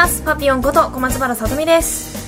ます。パピヨンこと小松原さとみです。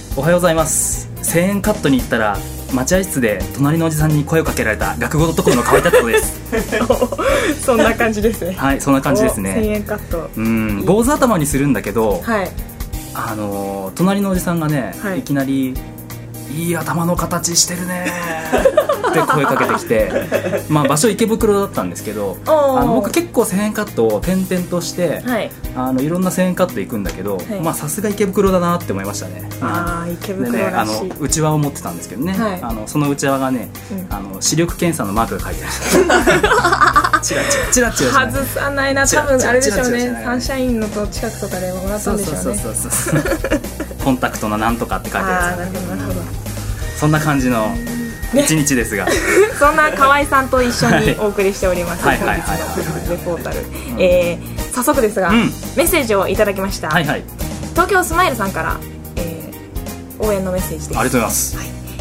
おはようございます。1000円カットに行ったら待合室で隣のおじさんに声をかけられた学語.comの河合達人ですそんな感じですね。 はい、そんな感じですね。 1000円カット、 坊主頭にするんだけど、 はい、 隣のおじさんがね、 はい、 いきなりいい頭の形してるねって声かけてきてまあ場所池袋だったんですけど、僕結構1000円カットを転々として、はい、いろんな1000円カット行くんだけど、はい、まあさすが池袋だなって思いましたね。 池袋らしい。 うちわを持ってたんですけどね、はい、そのうちわがね、視力検査のマークが書いてあるチラチラ外さないな。多分あれでしょうね、サンシャインのと近くとかでもらったんでしょうね。 そうコンタクトのなんとかって書いてあるやつ。 なるほど。 そんな感じの一日ですが、 そんな河合さんと一緒にお送りしております本日のレポータル。早速ですが、メッセージをいただきました。はいはい、東京スマイルさんから、応援のメッセージです。 ありがとうございます。 はい、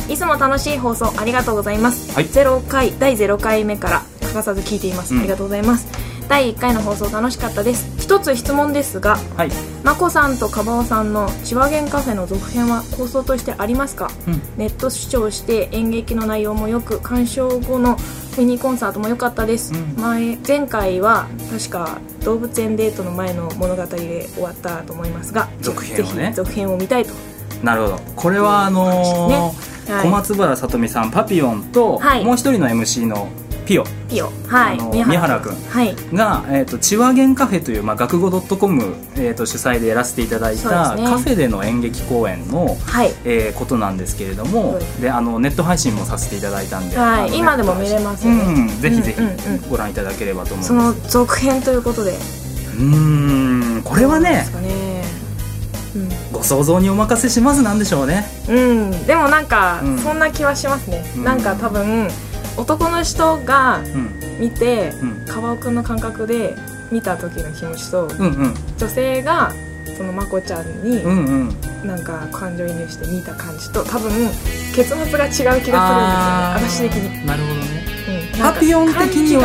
いつも楽しい放送ありがとうございます。はい、第0回目から欠かさず聞いています。ありがとうございます。第1回の放送楽しかったです。一つ質問ですが、はい、まこさんとかばおさんの千葉県カフェの続編は構想としてありますか？ネット視聴して演劇の内容もよく、鑑賞後のミニコンサートも良かったです。前回は確か動物園デートの前の物語で終わったと思いますが、 続編をね、 ぜひ続編を見たいと。 なるほど。これは小松原さとみさん、パピヨンと、もう一人の MC のピヨ、はい、宮原くんが、千葉県カフェという、学語.com、主催でやらせていただいた、カフェでの演劇公演の、ことなんですけれども、でネット配信もさせていただいたんで、 今でも見れますよね。 ぜひぜひご覧いただければと思います。 その続編ということで、 これはね、ご想像にお任せします。なんでしょうね。 でもなんか、そんな気はしますね。なんか多分男の人が見て、川尾くんの感覚で見た時の気持ちと、女性がそのまこちゃんになんか感情移入して見た感じと、多分結末が違う気がするんですよね、私的に。 なるほどね。パピヨン的に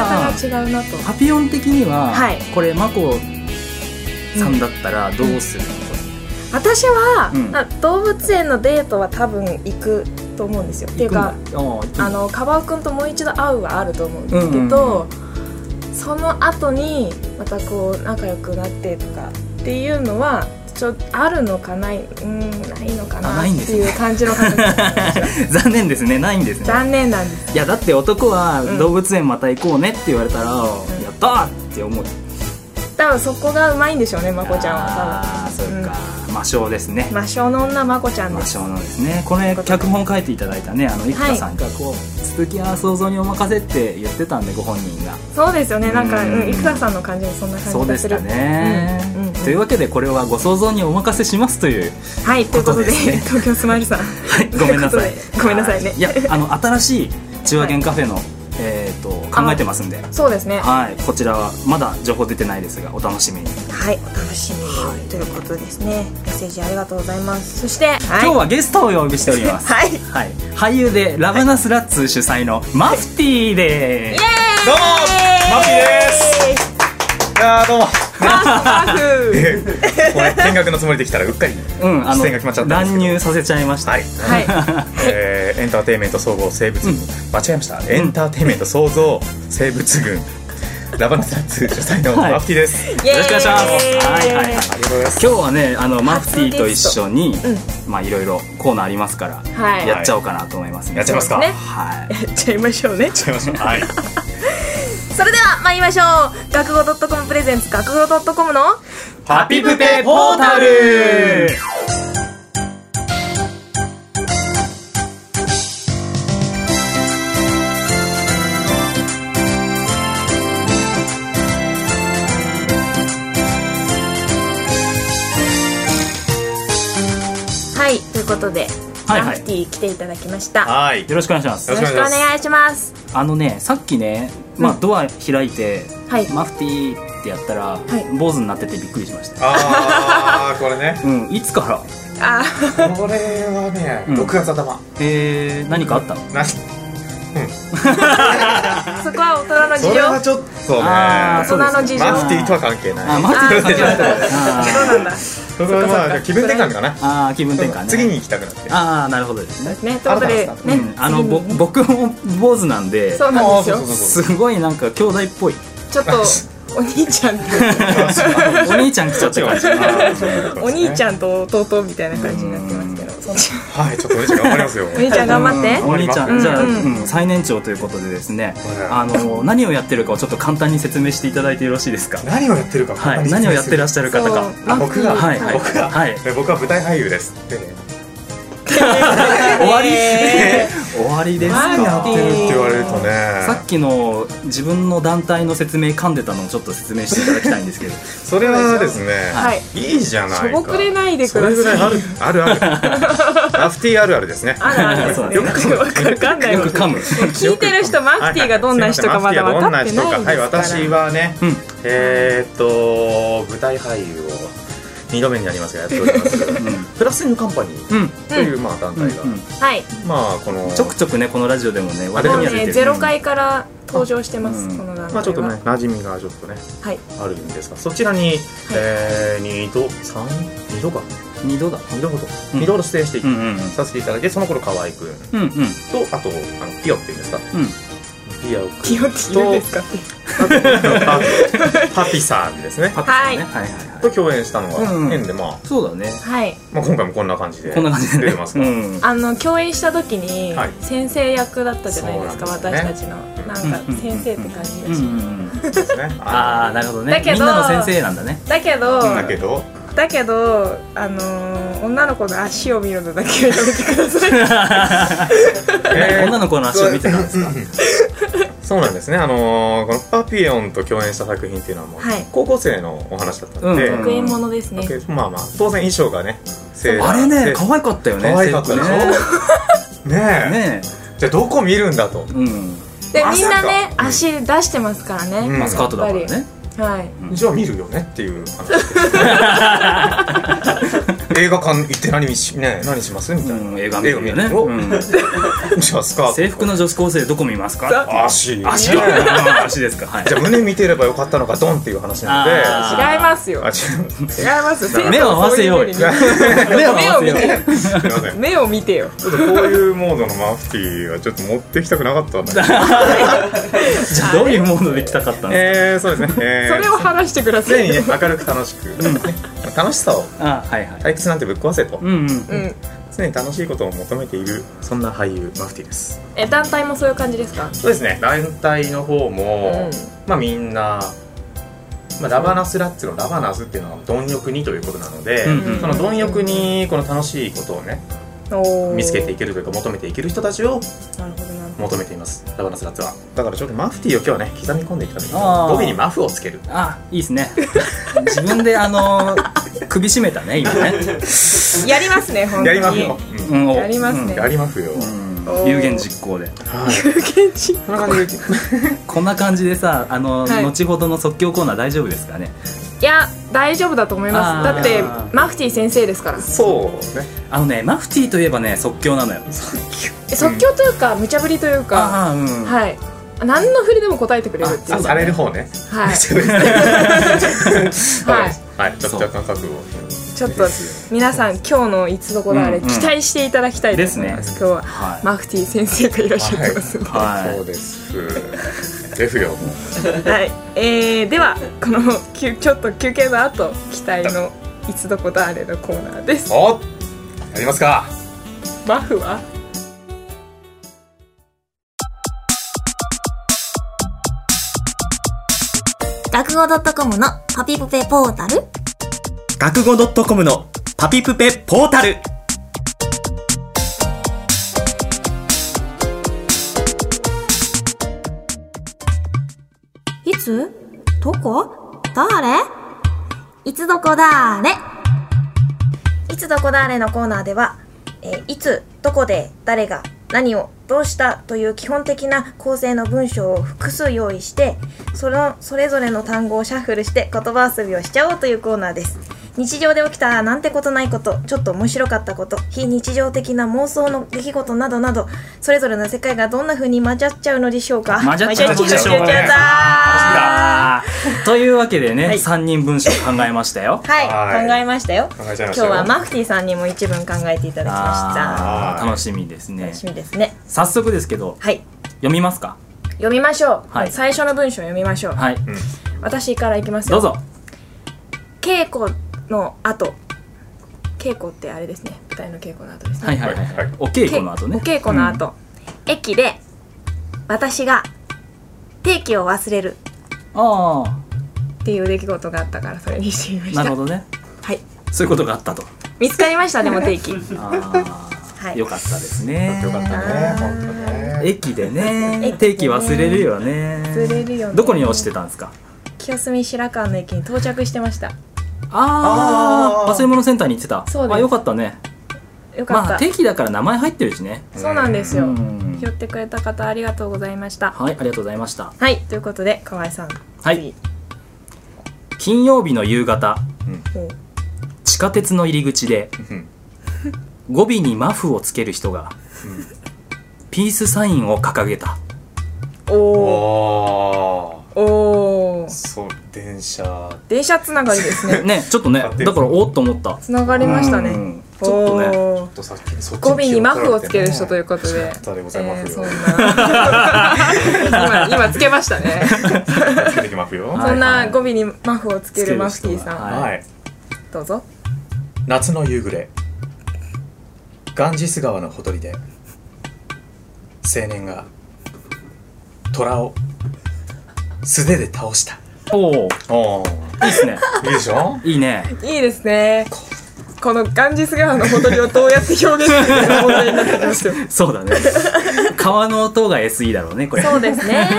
はこれまこさんだったらどうするの？ 私は動物園のデートは多分行くと思うんですよ。っていうか、カバオくんともう一度会うはあると思うんですけど、その後にまたこう仲良くなってとかっていうのはあるのかないのかなっていう感じの感じ残念ですね。ないんですね。 残念なんです。 いやだって男は動物園また行こうねって言われたら、やったーって思う。 多分そこがうまいんでしょうね、まこちゃんは。 そうか、魔性ですね。 魔性の女まこちゃんです。 魔性のですね。これ脚本書いていただいたね、生田さんがこう、続きは想像にお任せって言ってたんで、ご本人が。 そうですよね。なんか生田さんの感じもそんな感じがする。そうですかね。 というわけでこれはご想像にお任せしますということですね。 東京スマイルさん、 ごめんなさい。 ごめんなさいね。 いや、新しい千葉県カフェの考えてますんで。そうですね。はい、こちらはまだ情報出てないですが、お楽しみに。 はい、お楽しみにということですね。メッセージありがとうございます。そして今日はゲストをお呼びしております。はい、俳優でラバナスラッツ主催のマフティーです。どうもマフティーです。いやどうも。これ見学のつもりで来たらうっかり出演が決まっちゃったんですけど、 乱入させちゃいました。 エンターテインメント総合生物群、間違えました。エンターテインメント創造生物群ラバナスラッツ主催のマフティーです。 よろしくお願いします。ありがとうございます。今日はね、マフティーと一緒にいろいろコーナーありますからやっちゃおうかなと思います。 やっちゃいますか。 やっちゃいましょうね。 はい。 それでは参りましょう。学語.comプレゼンツ学語.comのハピプペポータル。 はい、ということでマフティー来ていただきました。 はい、よろしくお願いします。 よろしくお願いします。 さっきね、ドア開いてマフティーってやったら坊主になっててびっくりしました。 ああ、これね。 いつから？ これはね、6月頭。 何かあったの？ そこは大人の事情。 それはちょっとね、 大人の事情。 マフティーとは関係ない。 マフティーとは関係ない。 そうなんだ。 それはまあ気分転換かな。 気分転換ね。 次に行きたくなって。 なるほどですね。 ね、ということでね、 僕も坊主なんで、 そうなんですよ。 すごいなんか兄弟っぽい。 ちょっとお兄ちゃんお兄ちゃん来ちゃった感じ。 お兄ちゃんと弟みたいな感じになってますけど。 はい、ちょっとお兄ちゃん頑張りますよ。 お兄ちゃん頑張って。 お兄ちゃん、じゃあ最年長ということでですね、何をやってるかをちょっと簡単に説明していただいてよろしいですか。 何をやってるか。 はい、何をやってらっしゃる方か。 僕が舞台俳優です。終わりですか。 何やってるって言われるとね、 さっきの自分の団体の説明噛んでたのをちょっと説明していただきたいんですけど。 それはですね、いいじゃないか。 しょぼくれないでください。 それぐらいあるマフティーあるあるですね。 よくわかんない。 よく噛む。 聞いてる人、マフティーがどんな人かまだ分かってないですから。 はい、私はね、舞台俳優を2度目になりますがやっておりますプラスインカンパニーというまあ団体が、まあこのちょくちょくねこのラジオでもね話題には出てる。 0回から登場してます。この団体はまあちょっとね馴染みがちょっとねあるんですが、そちらに2度出演してさせていただいて、その頃河合くんとあとピヨっていうんですか。ピヨってパピさんですね。と共演したのが縁で、まあそうだね。 まあ今回もこんな感じで出てますから。 共演した時に先生役だったじゃないですか、私たちのなんか先生って感じがし。 なるほどね。みんなの先生なんだね。 だけど女の子の足を見るのだけはやめてください。 女の子の足を見てたんですか。 そうなんですね。このパピヨンと共演した作品っていうのはもう高校生のお話だったので、 学園ものですね。 まあまあ当然衣装がね、 あれね可愛かったよね。 可愛かったでしょ。ねえ。じゃあどこ見るんだと。 でみんなね足出してますからね。 スカートだからね。 じゃあ見るよねっていう話映画館行って何しますみたいな。 映画見るよね。 じゃあスカート制服の女子高生どこ見ますか。足ですか。 じゃあ胸見てればよかったのかドンっていう話なので。 違いますよ。違います。 目を合わせよう。 目を見てよ。 ちょっとこういうモードのマフティーはちょっと持ってきたくなかったんだ。じゃあどういうモードで来たかったんですか。 そうですね。 それを話してください。 常にね明るく楽しく楽しさを退屈なんてぶっ壊せと常に楽しいことを求めている、そんな俳優マフティーです。 団体もそういう感じですか。 そうですね。団体の方もまあみんなラバナスラッツのラバナスっていうのは貪欲にということなので、その貪欲にこの楽しいことをね見つけていけるというか求めていける人たちを求めています、ラバナスラッツは。だからちょっとマフティーを今日はね刻み込んでいった時に語尾にマフをつける。 いいですね。自分で首絞めたね今ね。 やりますね本当に。やりますね。 やりますよ。 有言実行で。 有言実行。 こんな感じでさ後ほどの即興コーナー大丈夫ですかね。 いや大丈夫だと思います。だってマフティー先生ですから。 そうね。マフティーといえばね即興なのよ。 即興というか無茶ぶりというか、何の振りでも答えてくれるっていう。 される方ね。 はい。 ちょっと若干覚悟。 ちょっと皆さん今日のいつどこだあれ期待していただきたいと思います。今日はマフティー先生がいらっしゃってますので。 そうです。ですよ。 はい。ではこのちょっと休憩の後期待のいつどこだあれのコーナーです。 やりますか。 マフは学語.com のパピプペポータル。 学語.com のパピプペポータル。 いつどこ誰いつどこだれ。いつどこだれのコーナーでは、いつどこで誰が何をどうしたという基本的な構成の文章を複数用意して、それぞれの単語をシャッフルして言葉遊びをしちゃおうというコーナーです。 日常で起きたなんてことないこと、ちょっと面白かったこと、非日常的な妄想の出来事などなど、それぞれの世界がどんな風に混ざっちゃうのでしょうか。 混ざっちゃうのでしょうか。というわけでね、3人文章考えましたよ。 はい、考えましたよ。今日はマフティーさんにも一文考えていただきました。 楽しみですね。 楽しみですね。 早速ですけど、読みますか。 読みましょう。最初の文章を読みましょう。私からいきますよ。 どうぞ。 稽古の後、稽古ってあれですね、舞台の稽古の後ですね。 お稽古の後ね。 お稽古の後、駅で私が定期を忘れるっていう出来事があったからそれにしてみました。 なるほどね。 はい。 そういうことがあったと。 見つかりました。でも定期。 よかったですね。 よかったね。本当ね。 駅でね、定期忘れるよね。 忘れるよね。 どこに落ちてたんですか。 清澄白河の駅に到着してました。 忘れ物センターに行ってた。 そうです。 よかったね。 よかった。 定期だから名前入ってるしね。 そうなんですよ。拾ってくれた方ありがとうございました。 はい、ありがとうございました。 はい、ということで河合さん。 はい。金曜日の夕方、地下鉄の入り口で語尾にマフをつける人がピースサインを掲げた。 そう、電車つながりですね。 ね、ちょっとね、だからおっと思った。 つながりましたね。 ちょっとね、 語尾にマフをつける人ということで、そんな今つけましたね。そんな語尾にマフをつけるマフティーさん、どうぞ。 夏の夕暮れ、ガンジス川のほとりで青年が虎を素手で倒した。 いいですね。 いいでしょ。 いいね。 いいですね。このガンジス川のほとりをどうやって表現するかが問題になってきますよ。 そうだね。川の音が SE だろうね、これ。 そうですね。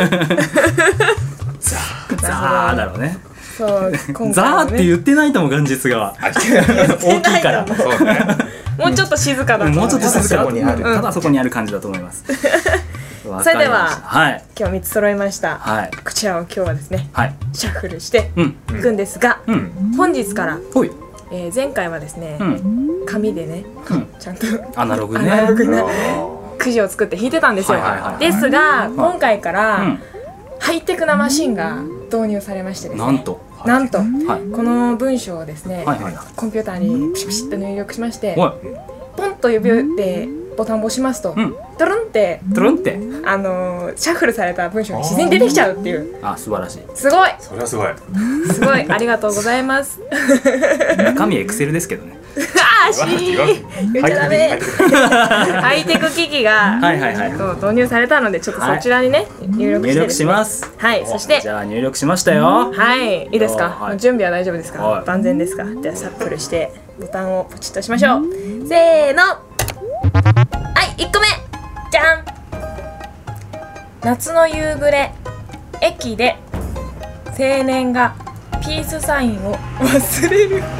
ザーだろうね。 そう、 ザーって言ってないともガンジス川。大きいから。 もうちょっと静かだ。 もうちょっと静かだ。ただそこにある感じだと思います。 それでは今日3つ揃いました。こちらを今日はですね、シャッフルしていくんですが、本日から前回はですね、紙でね、ちゃんとアナログなくじを作って弾いてたんですよ。ですが今回からハイテクなマシンが導入されましてですね、なんとこの文章をですね、コンピューターにピシピシッと入力しまして、ポンと指でボタンを押しますと、ドロンってシャッフルされた文章が自然に出てきちゃうっていう。 素晴らしい。 すごい。 それはすごい。 すごい、ありがとうございます。 中身エクセルですけどね。 言っちゃダメ。ハイテク機器が導入されたので、ちょっとそちらにね入力します。 はい、そしてじゃあ入力しましたよ。 はい、いいですか。準備は大丈夫ですか。万全ですか。じゃあシャッフルしてボタンをポチッとしましょう。せーの。はい、1個目じゃん。夏の夕暮れ、駅で青年がピースサインを忘れる。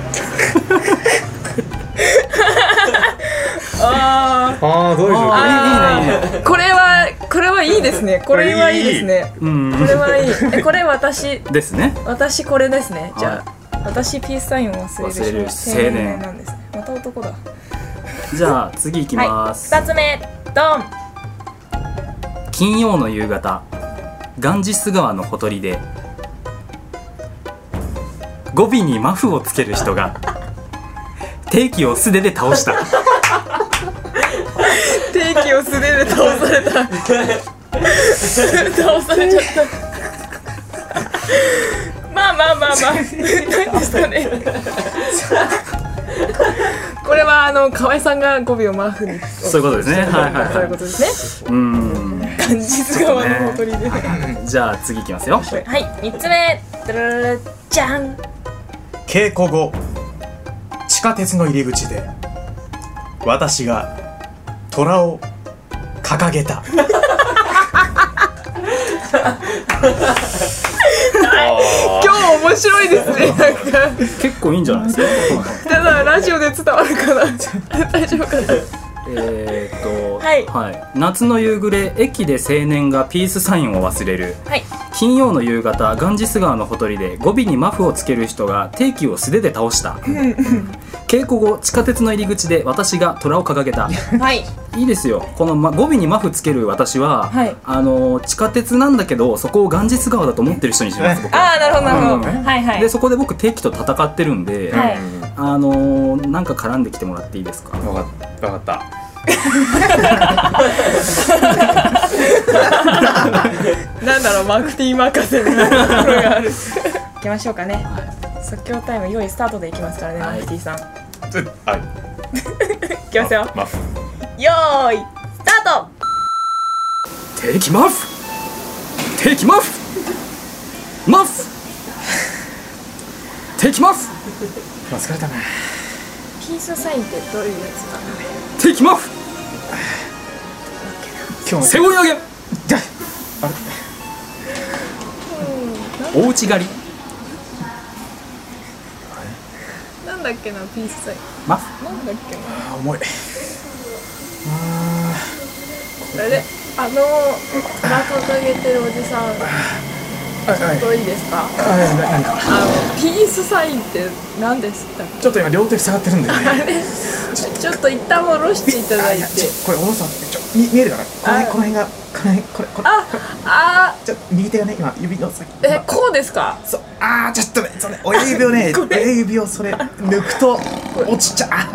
どういう状況。 いいね。 これはいいですね。これはいいですね。これはいい。これ私ですね。 私これですね。じゃあ私ピースサインを忘れる青年なんですね。また男だ。 じゃあ次いきます。 2つ目ドン。 金曜の夕方、ガンジス川のほとりで語尾にマフをつける人が定期を素手で倒した。 定期を素手で倒された。倒されちゃった。まあ何ですかね。これは河合さんが語尾をマフに。 そういうことですね。 そういうことですね。ガンジス川のほとりで。 じゃあ次いきますよ。 はい、3つ目じゃん。 稽古後、地下鉄の入り口で私が虎を掲げた。 今日面白いですね。なんか結構いいんじゃないですか。 ただラジオで伝わるかな。大丈夫かな。 はい、夏の夕暮れ、駅で青年がピースサインを忘れる、はい、金曜の夕方、ガンジス川のほとりで語尾にマフをつける人が定期を素手で倒した稽古後、地下鉄の入り口で私が虎を掲げた、はい、いいですよ。この、語尾にマフつける私は、はい、地下鉄なんだけどそこをガンジス川だと思ってる人にします。僕はなるほどなるほど、はいはい、 でそこで僕定期と戦ってるんで、はい、なんか絡んできてもらっていいですか。 分かった。 なんだろう、マフティー任せのところがある。行きましょうかね。即興タイム用意スタートでいきますからね、マフティーさん。はい。いきますよ。用意スタート。 定期マフ。定期マフ。マフ。定期マフ。 疲れたね。 ピースサインってどういうやつかな。 定期マフ。背負い上げ。大内刈り。 なんだっけな、ピースサイン。 マフ。 なんだっけな。 重い。 あれ、マフ掲げてるおじさん。ちょっといいですか。 何か。 ピースサインって何ですか。 ちょっと今両手塞がってるんでね。 ちょっと一旦下ろしていただいて。 これ下ろすの見えるかな。この辺がこれ。ちょ右手がね今指の先。 こうですか。 そう。ちょっとね、それ親指をね、親指をそれ抜くと落ちちゃう。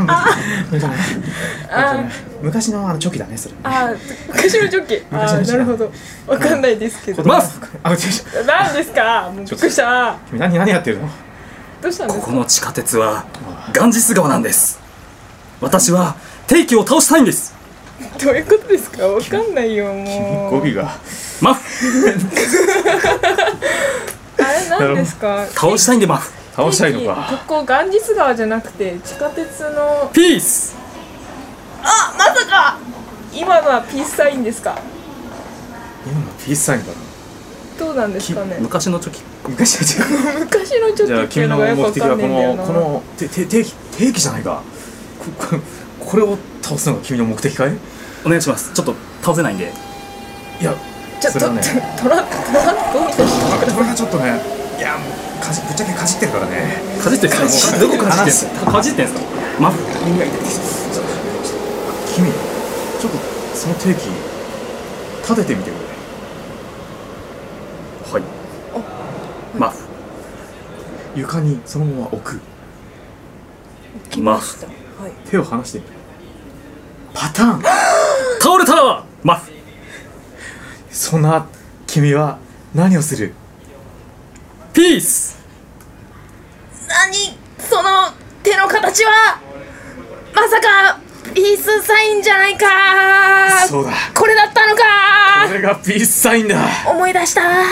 昔のチョキだねそれ。 昔のチョキ。なるほど。わかんないですけど。 マフ。 何ですか。びっくりした。 君何やってるの。 どうしたんですか。 ここの地下鉄はガンジス川なんです。私は定期を倒したいんです。 どういうことですか。わかんないよもう。 語尾がマフ。 あれ何ですか。 倒したいんでマフ。 倒したいのか。 ここガンジス川じゃなくて地下鉄のピース。 まさか今のはピースサインですか。 今のピースサインだな。 どうなんですかね。 昔のチョキ。 昔のチョキっていうのがよくわかんないんだよな。 この定期じゃないか。これを倒すのが君の目的かい。 お願いします。ちょっと倒せないんで。 いや、 それはね、トラがちょっとね、いやぶっちゃけかじってるからね。 かじってるんですか。どこかじってんですか。かじってんですか。マフ。 君、ちょっとその定期立ててみてくれ。 はい。マフ。 床にそのまま置く。 マフ。 手を離してみる。パターン。 倒れたらマフ。 そんな君は何をする。 ピース。 何その手の形は。まさかピースサインじゃないか。 そうだ、 これだったのか。 これがピースサインだ。 思い出した。はい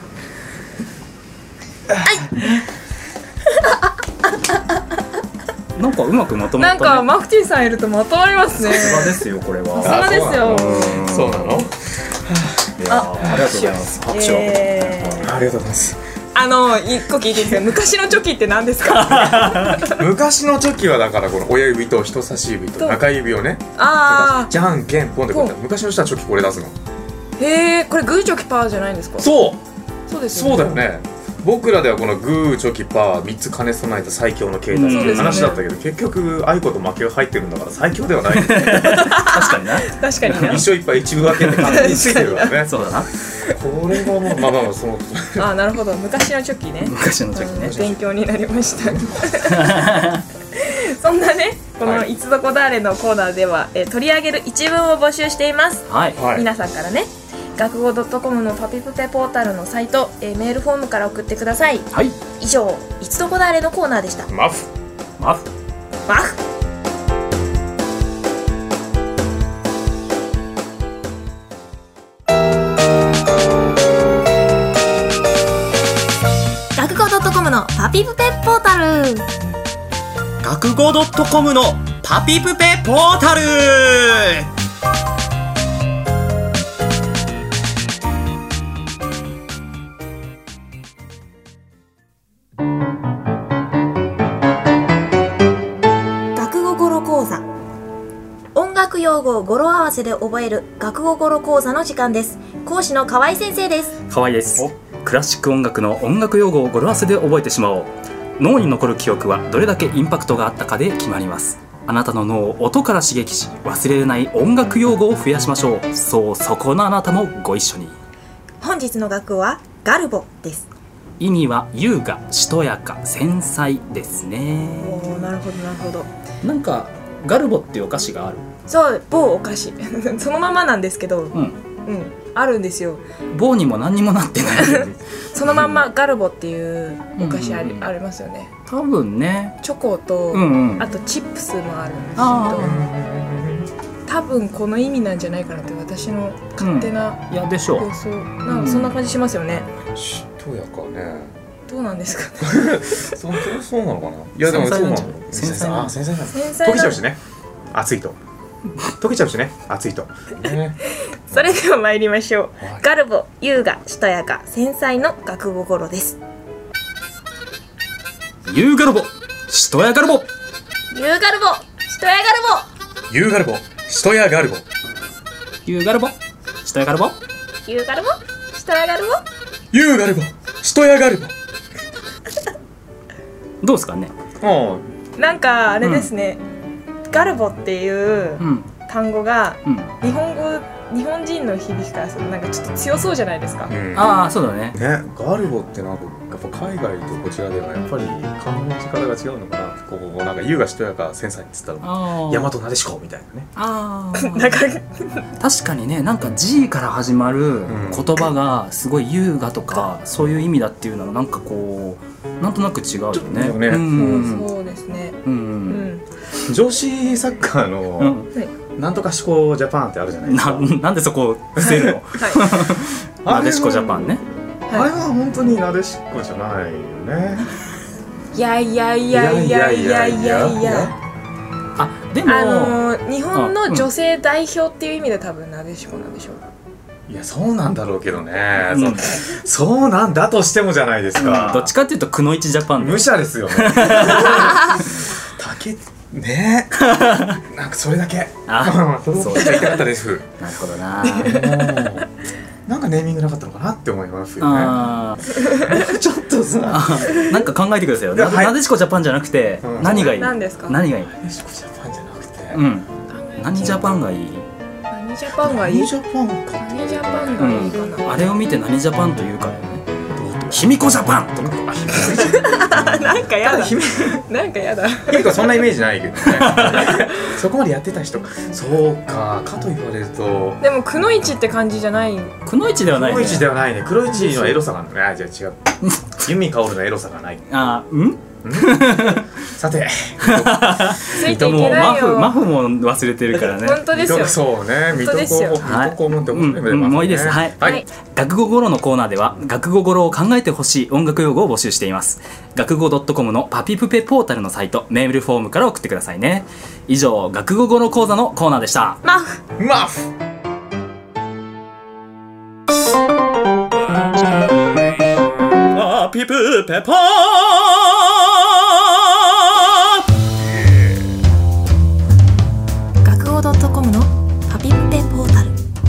なんかうまくまとまったね。 なんかマフティーさんいるとまとまりますね。 さすがですよこれは。 さすがですよ。 そうなの。 ありがとうございます。拍手を。 ありがとうございます。 一個聞いていいですか。昔のチョキって何ですか。 昔のチョキはだからこの親指と人差し指と中指をね、じゃんけんポンでこうやって。昔の人はチョキこれ出すの。 へえ、これグーチョキパーじゃないんですか。 そうですよね。 そうだよね。僕らではこのグーチョキパー3つ兼ね備えた最強の携帯っていう話だったけど、結局愛子と負けが入ってるんだから最強ではない。確かにな。 確かにな。 一生いっぱい一部分けって感じについてるわね。 そうだな。 これがもうまあそのなるほど。昔のチョキね。 昔のチョキね。 勉強になりました。そんなね、このいつどこだーれのコーナーでは取り上げる一文を募集しています。 はい。 皆さんからね、学語 .com のパピプペポータルのサイト、メールフォームから送ってください。 はい。 以上、いつどこだーれのコーナーでした。 マフ。 学語 .com のパピプペポータル。 学語 .com のパピプペポータル。 学語語呂講座。音楽用用語を語呂合わせで覚える学語語呂講座の時間です。講師の河合先生です。 河合です。クラシック音楽の音楽用語を語呂合わせで覚えてしまおう。脳に残る記憶はどれだけインパクトがあったかで決まります。あなたの脳を音から刺激し、忘れない音楽用語を増やしましょう。そう、そこのあなたもご一緒に。 本日の学語はガルボです。 意味は優雅、しとやか、繊細ですね。 おー、なるほどなるほど。 なんかガルボっていうお菓子がある。 そう、某お菓子そのままなんですけど、あるんですよ。 棒にも何にもなってないそのまんまガルボっていうお菓子ありますよね。 多分ね。 チョコと、あとチップスもあるんですけど、多分この意味なんじゃないかなって私の勝手な、 いやでしょう。 なんかそんな感じしますよね。 しとやかね。 どうなんですかねそうなのかな。いやでもそうなの。繊細なの。溶けちゃうしね。熱いと。溶けちゃうしね。熱いと。 それでは参りましょう。ガルボ、優雅、しとやか、繊細の学語語呂です。 優ガルボ、しとやガルボ。 優ガルボ、しとやガルボ。 優ガルボ、しとやガルボ。 優ガルボ、しとやガルボ。 優ガルボ、しとやガルボ。 優ガルボ、しとやガルボ。 どうですかね。 なんかあれですね、ガルボっていう単語が日本人の響きからするとなんかちょっと強そうじゃないですか。 ああ、そうだね。 ガルボってなんかやっぱ海外とこちらではやっぱり感じ方が違うのかな。こうなんか優雅しとやか繊細っつったら大和なでしこみたいなね。 なんか確かにね、なんか G から始まる言葉がすごい優雅とかそういう意味だっていうのはなんかこうなんとなく違うよね。 そうですね。 女子サッカーのなんとかしこジャパンってあるじゃないですか。 なんでそこを伏せるのなでしこジャパンね。 あれは本当になでしこじゃないよね。 いやいやいやいやいやいやいや。 あ、でも日本の女性代表っていう意味で多分なでしこなんでしょう。 いや、そうなんだろうけどね。そうなんだとしてもじゃないですか。 どっちかっていうとくのいちジャパン。 武者ですよね。ねなんかそれだけ。そう言いたかったです。 なるほどな。 なんかネーミングなかったのかなって思いますよね。ちょっとさ、 なんか考えてくださいよ。なでしこジャパンじゃなくて何がいい？ 何ですか？ 何がいい？ なでしこジャパンじゃなくて、 何ジャパンがいい？ 何ジャパンがいい？ 何ジャパンか。 何ジャパンがいいかな。 あれを見て何ジャパンというかね。卑弥呼ジャパンとか。 なんかやだ。なんかやだ。 卑弥呼そんなイメージないけどね。そこまでやってた人。そうかと言われると。 でもくのいちって感じじゃない。 くのいちではないね。 くのいちではないね。くのいちのエロさがあるね。じゃあ違う。由美かおるのエロさがない。さて、 ついていけないよ。 マフも忘れてるからね。 本当ですよ。 そうね。水戸黄門ってもういいです。はい。学語語呂のコーナーでは学語語呂を考えてほしい音楽用語を募集しています。学語 .com のパピプペポータルのサイトメールフォームから送ってくださいね。以上、学語語呂講座のコーナーでした。 マフ。 パピプペポー。 .com のパピプペポータル。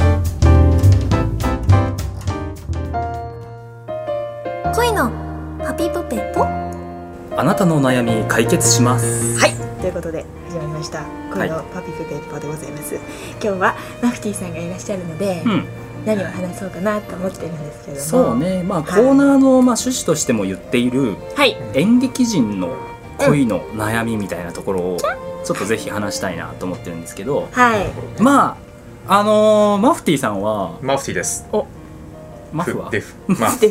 恋のパピプペポ。 あなたの悩み解決します。 はい、ということで始まりました恋のパピプペポでございます。今日はマフティーさんがいらっしゃるので、何を話そうかなと思ってるんですけども。 そうね、コーナーの趣旨としても言っている演劇人の恋の悩みみたいなところをちょっとぜひ話したいなと思ってるんですけど、マフティーさんは。 マフティーです。 マフはデフ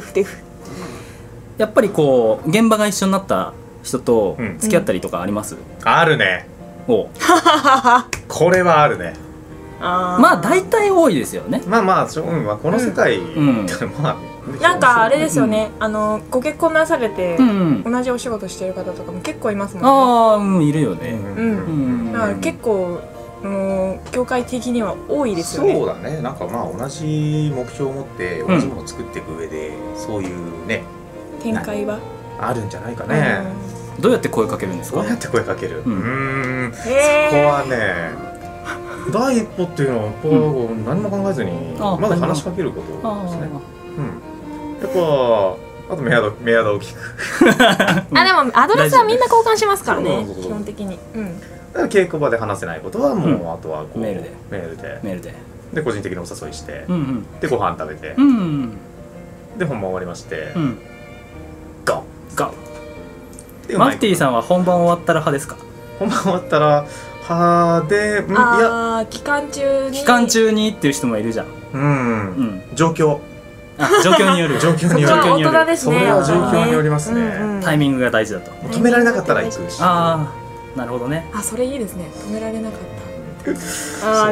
やっぱりこう現場が一緒になった人と付き合ったりとかあります？ あるね。 これはあるね。 大体多いですよね。 この世界なんかあれですよね、ご結婚なされて同じお仕事してる方とかも結構いますもんね。 いるよね。 だから結構業界的には多いですよね。 そうだね。なんか同じ目標を持って同じものを作っていく上でそういうね展開はあるんじゃないかね。 どうやって声かけるんですか？ どうやって声かける？そこはね第一歩っていうのはやっぱ何も考えずにまず話しかけることですね。やっぱあとメアドを聞くあ、でもアドレスはみんな交換しますからね、基本的に。 だから稽古場で話せないことはもうあとはメールでで個人的にお誘いしてでご飯食べてで本番終わりましてガオマフティーさんは本番終わったら派ですか？ 本番終わったら派で、いや期間中にっていう人もいるじゃん。 状況による大人ですね。 それは状況によりますね。 タイミングが大事だと。 止められなかったら行くし。 なるほどね。 それいいですね。止められなかった。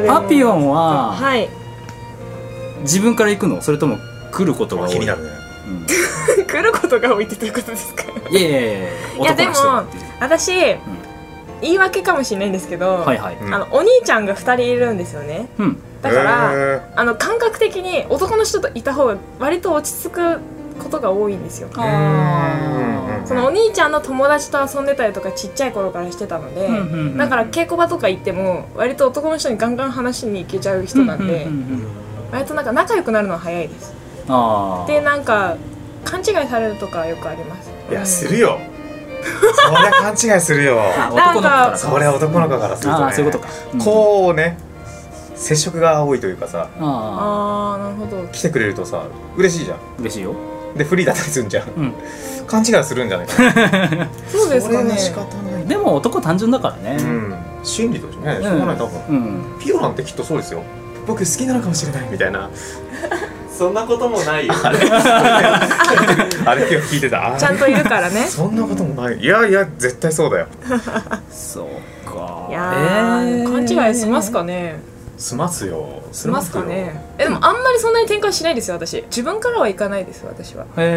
パピオンは自分から行くの？それとも来ることが多い？ 気になるね。 来ることが多いってどういうことですか？ いやでも私言い訳かもしれないんですけど、お兄ちゃんが2人いるんですよね。だから感覚的に男の人といた方が割と落ち着くことが多いんですよ。そのお兄ちゃんの友達と遊んでたりとかちっちゃい頃からしてたので、だから稽古場とか行っても割と男の人にガンガン話しに行けちゃう人なんで、割となんか仲良くなるのは早いです。でなんか勘違いされるとかよくあります。 いやするよ。そりゃ勘違いするよ。そりゃ男の子からするとね。 そういうことか。 こうね接触が多いというかさ。 なるほど。 来てくれるとさ嬉しいじゃん。 嬉しいよ。 でフリーだったりするんじゃん。勘違いするんじゃないかな。 そうですかね。 仕方ない。 でも男単純だからね。 心理としてねしょうがない多分。ピオなんてきっとそうですよ。僕好きなのかもしれないみたいな。そんなこともないよ。あれ今日聞いてた。 ちゃんといるからね。 そんなこともない。いや絶対そうだよ。 そうか。 いや勘違いしますかね。 しますよ。 しますかね。でもあんまりそんなに展開しないですよ私。自分からはいかないです私は。や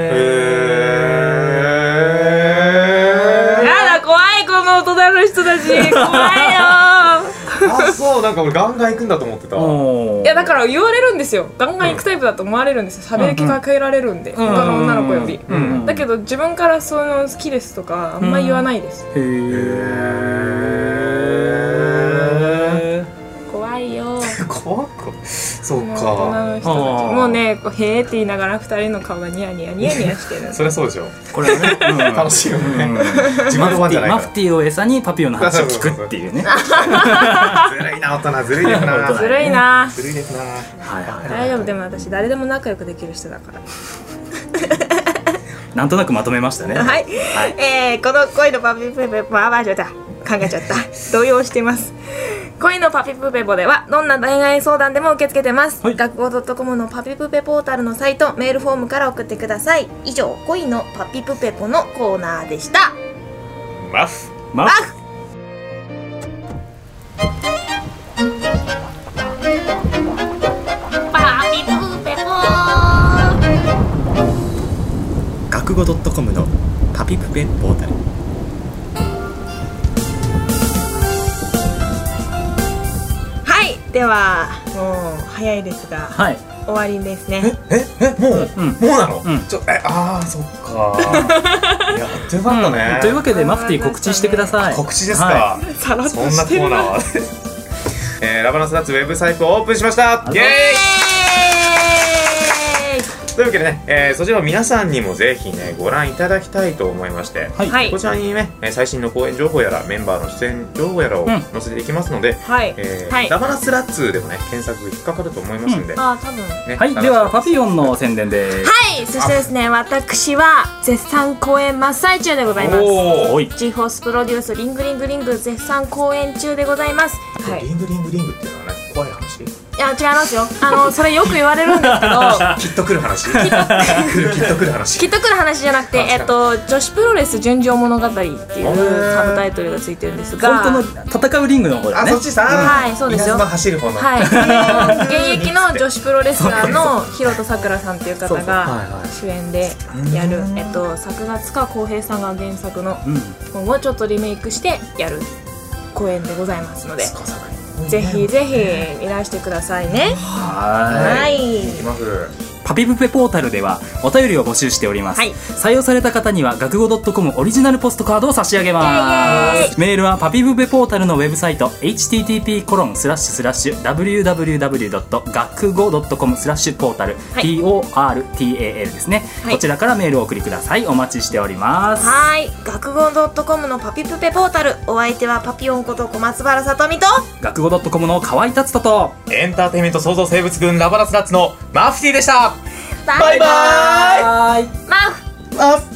だ怖いこの大人の人たち怖いよ。 そうなんか俺ガンガン行くんだと思ってた。 いやだから言われるんですよ。ガンガン行くタイプだと思われるんですよ。喋り気が変えられるんで他の女の子より。だけど自分からその好きですとかあんま言わないです。怖いよ。 怖くそうか。 大人の人たちもうねへーって言いながら2人の顔がニヤニヤしてる。 そりゃそうでしょ。 これはね楽しいよね。自分の番じゃないから。 マフティーを餌にパピオンの話を聞くっていうね。ずるいな大人ずるいですな。 ずるいな。 ずるいですな。 大丈夫でも私誰でも仲良くできる人だから。 なんとなくまとめましたね。 はい。この恋のパピプペポ考えちゃった動揺してます。恋のパピプペポではどんな恋愛相談でも受け付けてます。学語.com のパピプペポータルのサイトメールフォームから送ってください。以上恋のパピプペポのコーナーでした。 マフパピプペポ学語.com のパピプペポータル。 ではもう早いですが、終わりですね。 もうなの？そっか。やってよかったね。 というわけでマフティー告知してください。 告知ですか。そんなコーナーはラバナスナッツウェブサイトをオープンしました。イエーイ。というわけでね、そちらを皆さんにもぜひねご覧いただきたいと思いまして、こちらにね最新の公演情報やらメンバーの出演情報やらを載せていきますので、ラバナスラッツでもね検索引っかかると思いますんで、 多分ね。はい、ではパピオンの宣伝です。 はい、そしてですね私は絶賛公演真っ最中でございます。G フォースプロデュースリング絶賛公演中でございます。 リングっていうのはね怖い話？ いや違いますよ。それよく言われるんですけどきっと来る話きっと来る話きっと来る話じゃなくて女子プロレス純情物語っていうサブタイトルがついてるんですが、 本当の戦うリングの方だね。 そっちさ。 はいそうですよ。 走る方の。 はい現役の女子プロレスラーのヒロトさくらさんっていう方が主演でやる作画塚浩平さんが原作の本をちょっとリメイクしてやる公演でございますのでぜひぜひいらしてくださいね。 はい。 行きます。 パピプペポータルではお便りを募集しております、はい、採用された方には学語 .com オリジナルポストカードを差し上げます。メールはパピプペポータルのウェブサイト http://www.学語 .com/portal portal ですね、はい、こちらからメールをお送りください。お待ちしております。 はい、学語 .com のパピプペポータル、お相手はパピヨンこと小松原さとみと学語 .com の河合達人とエンターテインメント創造生物群ラバナスナッツのマフティーでした。 バイバイ。 マフ